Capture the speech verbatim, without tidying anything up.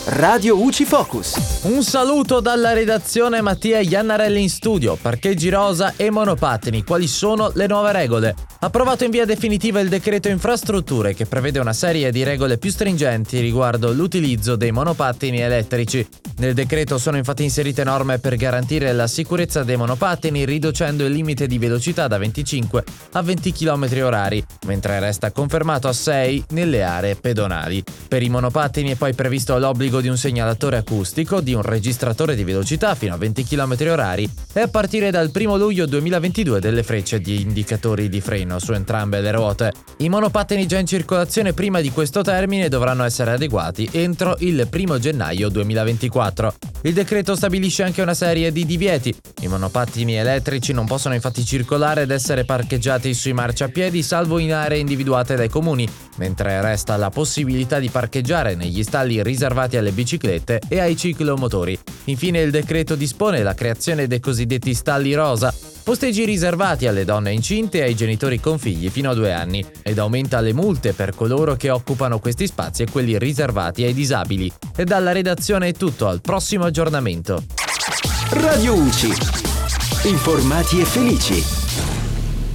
Radio U C I Focus. Un saluto dalla redazione Mattia Iannarelli in studio. Parcheggi rosa e monopattini. Quali sono le nuove regole? Approvato in via definitiva il decreto infrastrutture che prevede una serie di regole più stringenti riguardo l'utilizzo dei monopattini elettrici. Nel decreto sono infatti inserite norme per garantire la sicurezza dei monopattini riducendo il limite di velocità da venticinque a venti chilometri orari, mentre resta confermato a sei nelle aree pedonali. Per i monopattini è poi previsto l'obbligo di un segnalatore acustico, di un registratore di velocità fino a venti chilometri orari e a partire dal primo luglio duemilaventidue delle frecce di indicatori di freno su entrambe le ruote. I monopattini già in circolazione prima di questo termine dovranno essere adeguati entro il primo gennaio duemilaventiquattro. Il decreto stabilisce anche una serie di divieti. I monopattini elettrici non possono infatti circolare ed essere parcheggiati sui marciapiedi salvo in aree individuate dai comuni, mentre resta la possibilità di parcheggiare negli stalli riservati alle biciclette e ai ciclomotori. Infine il decreto dispone la creazione dei cosiddetti stalli rosa, posteggi riservati alle donne incinte e ai genitori con figli fino a due anni, ed aumenta le multe per coloro che occupano questi spazi e quelli riservati ai disabili. E dalla redazione è tutto, al prossimo aggiornamento. Radio U C I. Informati e felici.